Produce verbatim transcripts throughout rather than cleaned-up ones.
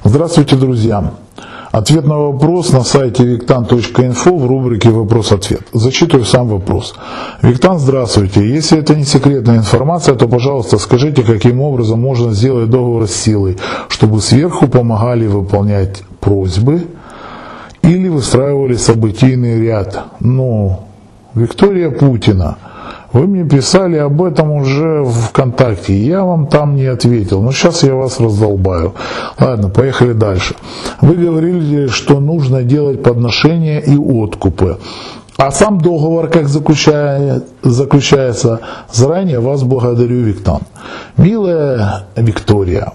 Здравствуйте, друзья! Ответ на вопрос на сайте виктан точка инфо в рубрике «Вопрос-ответ». Зачитываю сам вопрос. Виктан, здравствуйте. Если это не секретная информация, то, пожалуйста, скажите, каким образом можно сделать договор с силой, чтобы сверху помогали выполнять просьбы или выстраивали событийный ряд. Ну, Виктория Путина. Вы мне писали об этом уже в ВКонтакте, я вам там не ответил, но сейчас я вас раздолбаю. Ладно, поехали дальше. Вы говорили, что нужно делать подношения и откупы. А сам договор как заключает, заключается? Заранее вас благодарю, Виктан. Милая Виктория,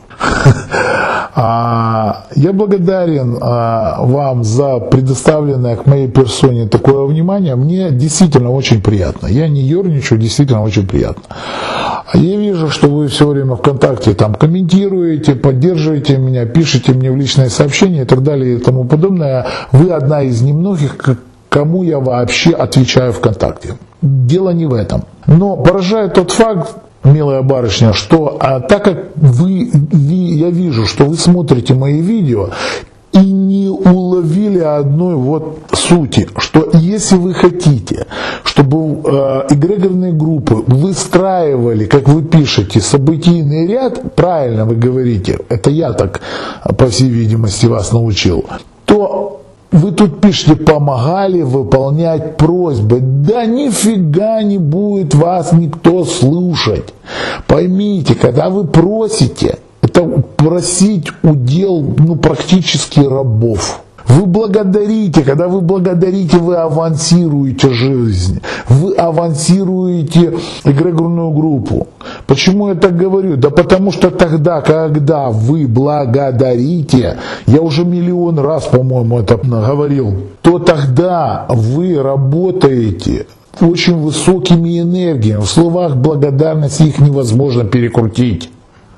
я благодарен вам за предоставленное к моей персоне такое внимание. Мне действительно очень приятно. Я не ерничаю, действительно очень приятно. Я вижу, что вы все время ВКонтакте там комментируете, поддерживаете меня, пишете мне в личные сообщения и так далее и тому подобное. Вы одна из немногих, кому я вообще отвечаю ВКонтакте. Дело не в этом. Но поражает тот факт, милая барышня, что а, так как вы, ви, я вижу, что вы смотрите мои видео и не уловили одной вот сути, что если вы хотите, чтобы э, эгрегорные группы выстраивали, как вы пишете, событийный ряд, правильно вы говорите, это я так, по всей видимости, вас научил, то вы тут пишете, помогали выполнять просьбы. Да нифига не будет вас никто слушать. Поймите, когда вы просите, это просить удел ну, практически рабов. Вы благодарите, когда вы благодарите, вы авансируете жизнь, вы авансируете эгрегорную группу. Почему я так говорю? Да потому что тогда, когда вы благодарите, я уже миллион раз, по-моему, это говорил, то тогда вы работаете очень высокими энергиями. В словах благодарности их невозможно перекрутить.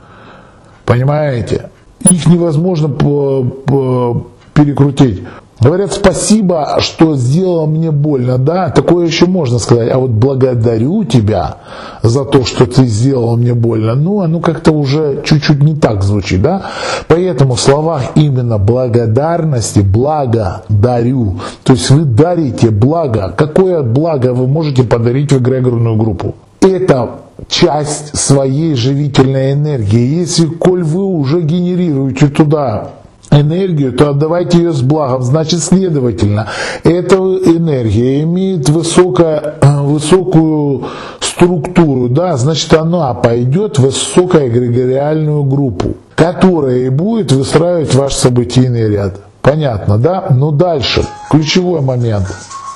Понимаете? Их невозможно по, по перекрутить. Говорят, спасибо, что сделал мне больно, да, такое еще можно сказать, а вот благодарю тебя за то, что ты сделал мне больно, ну, оно как-то уже чуть-чуть не так звучит, да, поэтому в словах именно благодарности, благодарю, то есть вы дарите благо, какое благо вы можете подарить в эгрегорную группу? Это часть своей живительной энергии, если, коль вы уже генерируете туда энергию, то отдавайте ее с благом. Значит, следовательно, эта энергия имеет высокое, высокую структуру, да, значит, она пойдет в высокоэгрегориальную группу, которая и будет выстраивать ваш событийный ряд. Понятно, да? Но дальше, ключевой момент.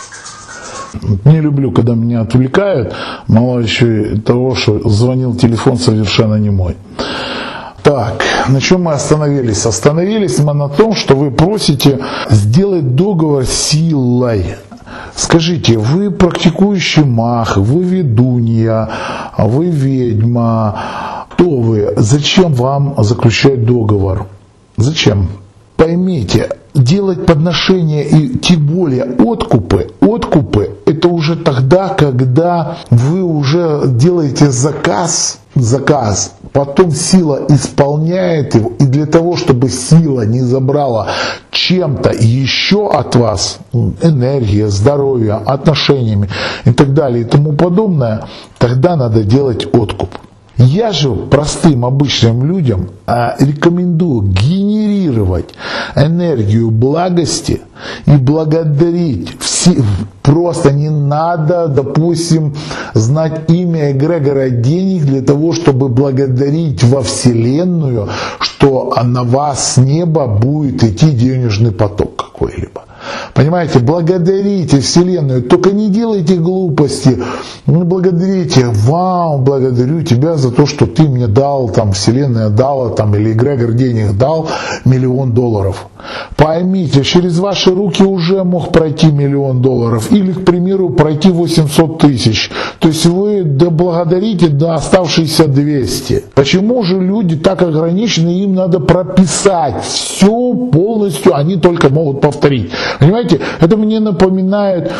Не люблю, когда меня отвлекают, мало еще того, что звонил телефон совершенно не мой. Так, на чем мы остановились? Остановились мы на том, что вы просите сделать договор силой. Скажите, вы практикующий маг, вы ведунья, вы ведьма, кто вы? Зачем вам заключать договор? Зачем? Поймите, делать подношения и тем более откупы, откупы это уже тогда, когда вы уже делаете заказ, заказ, потом сила исполняет его, и для того, чтобы сила не забрала чем-то еще от вас, энергия, здоровье, отношениями и так далее и тому подобное, тогда надо делать откуп. Я же простым обычным людям рекомендую генерировать энергию благости и благодарить. Все, просто не надо, допустим, знать имя эгрегора денег для того, чтобы благодарить во Вселенную, что на вас с неба будет идти денежный поток какой-либо. Понимаете, благодарите Вселенную, только не делайте глупости, не благодарите, вау, благодарю тебя за то, что ты мне дал, там, Вселенная дала, там, или эгрегор денег дал миллион долларов. Поймите, через ваши руки уже мог пройти миллион долларов, или, к примеру, пройти восемьсот тысяч. То есть вы доблагодарите до оставшиеся двести. Почему же люди так ограничены, им надо прописать все полностью, они только могут повторить. Понимаете, это мне напоминает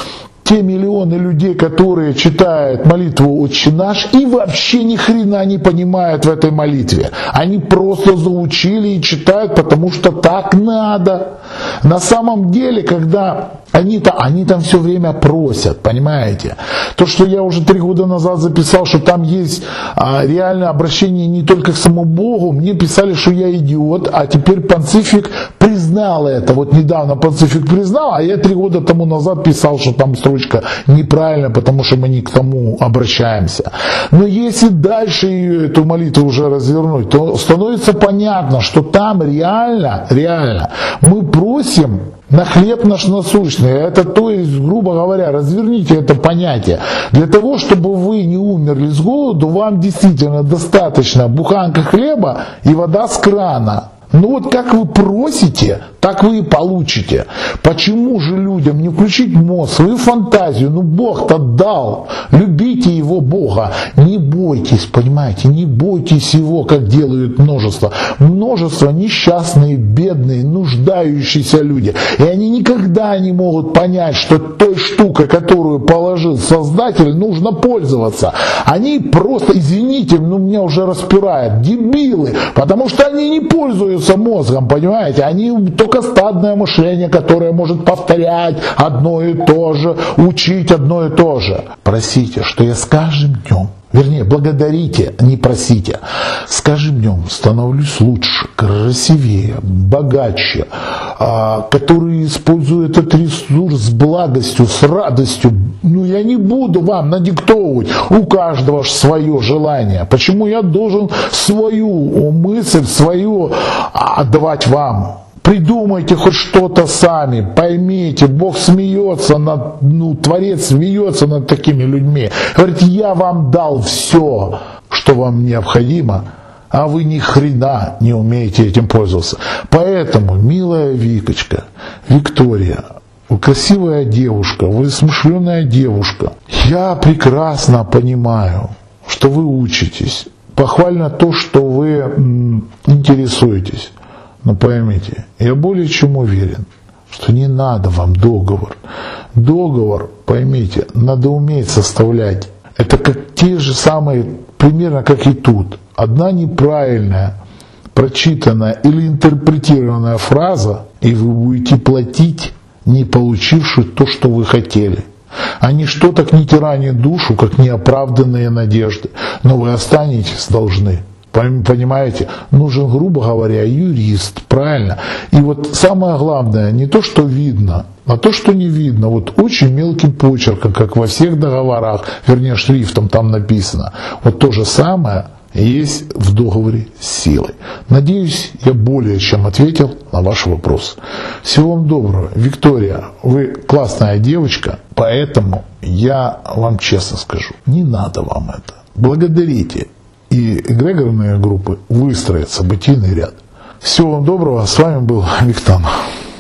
те миллионы людей, которые читают молитву «Отче наш» и вообще ни хрена не понимают в этой молитве. Они просто заучили и читают, потому что так надо. На самом деле, когда они-то, они там все время просят, понимаете? То, что я уже три года назад записал, что там есть а, реальное обращение не только к самому Богу, мне писали, что я идиот, а теперь Понцифик признал это. Вот недавно Понцифик признал, а я три года тому назад писал, что там строчка неправильная, потому что мы не к тому обращаемся. Но если дальше ее, эту молитву уже развернуть, то становится понятно, что там реально, реально мы просим на хлеб наш насущный. Это, то есть, грубо говоря, разверните это понятие. Для того, чтобы вы не умерли с голоду, вам действительно достаточно буханка хлеба и вода с крана. Ну вот как вы просите, так вы и получите. Почему же людям не включить мозг, свою фантазию? Ну Бог-то дал. Любите его Бога. Не бойтесь, понимаете, не бойтесь его, как делают множество. Множество несчастные, бедные, нуждающиеся люди. И они никогда не могут понять, что той штукой, которую положил Создатель, нужно пользоваться. Они просто, извините, ну меня уже распирает, дебилы, потому что они не пользуются мозгом, понимаете, они только стадное мышление, которое может повторять одно и то же, учить одно и то же. Просите, что я с каждым днем, вернее, благодарите, не просите, с каждым днем становлюсь лучше, красивее, богаче, который использует этот ресурс с благостью, с радостью. Ну, я не буду вам надиктовывать, у каждого свое желание. Почему я должен свою мысль, свою отдавать вам? Придумайте хоть что-то сами, поймите, Бог смеется над, ну, Творец смеется над такими людьми. Говорит, я вам дал все, что вам необходимо, а вы ни хрена не умеете этим пользоваться. Поэтому, милая Викочка, Виктория, вы красивая девушка, вы смышленая девушка, я прекрасно понимаю, что вы учитесь. Похвально то, что вы м, интересуетесь. Но поймите, я более чем уверен, что не надо вам договор. Договор, поймите, надо уметь составлять. Это как те же самые, примерно как и тут. Одна неправильная, прочитанная или интерпретированная фраза, и вы будете платить, не получивши то, что вы хотели. А ничто так не тиранит душу, как неоправданные надежды. Но вы останетесь должны. Понимаете, нужен, грубо говоря, юрист, правильно? И вот самое главное, не то, что видно, а то, что не видно, вот очень мелким почерком, как во всех договорах, вернее, шрифтом там написано. Вот то же самое есть в договоре с силой. Надеюсь, я более чем ответил на ваш вопрос. Всего вам доброго. Виктория, вы классная девочка, поэтому я вам честно скажу, не надо вам это. Благодарите. И эгрегорные группы выстроят событийный ряд. Всего вам доброго. С вами был Виктор.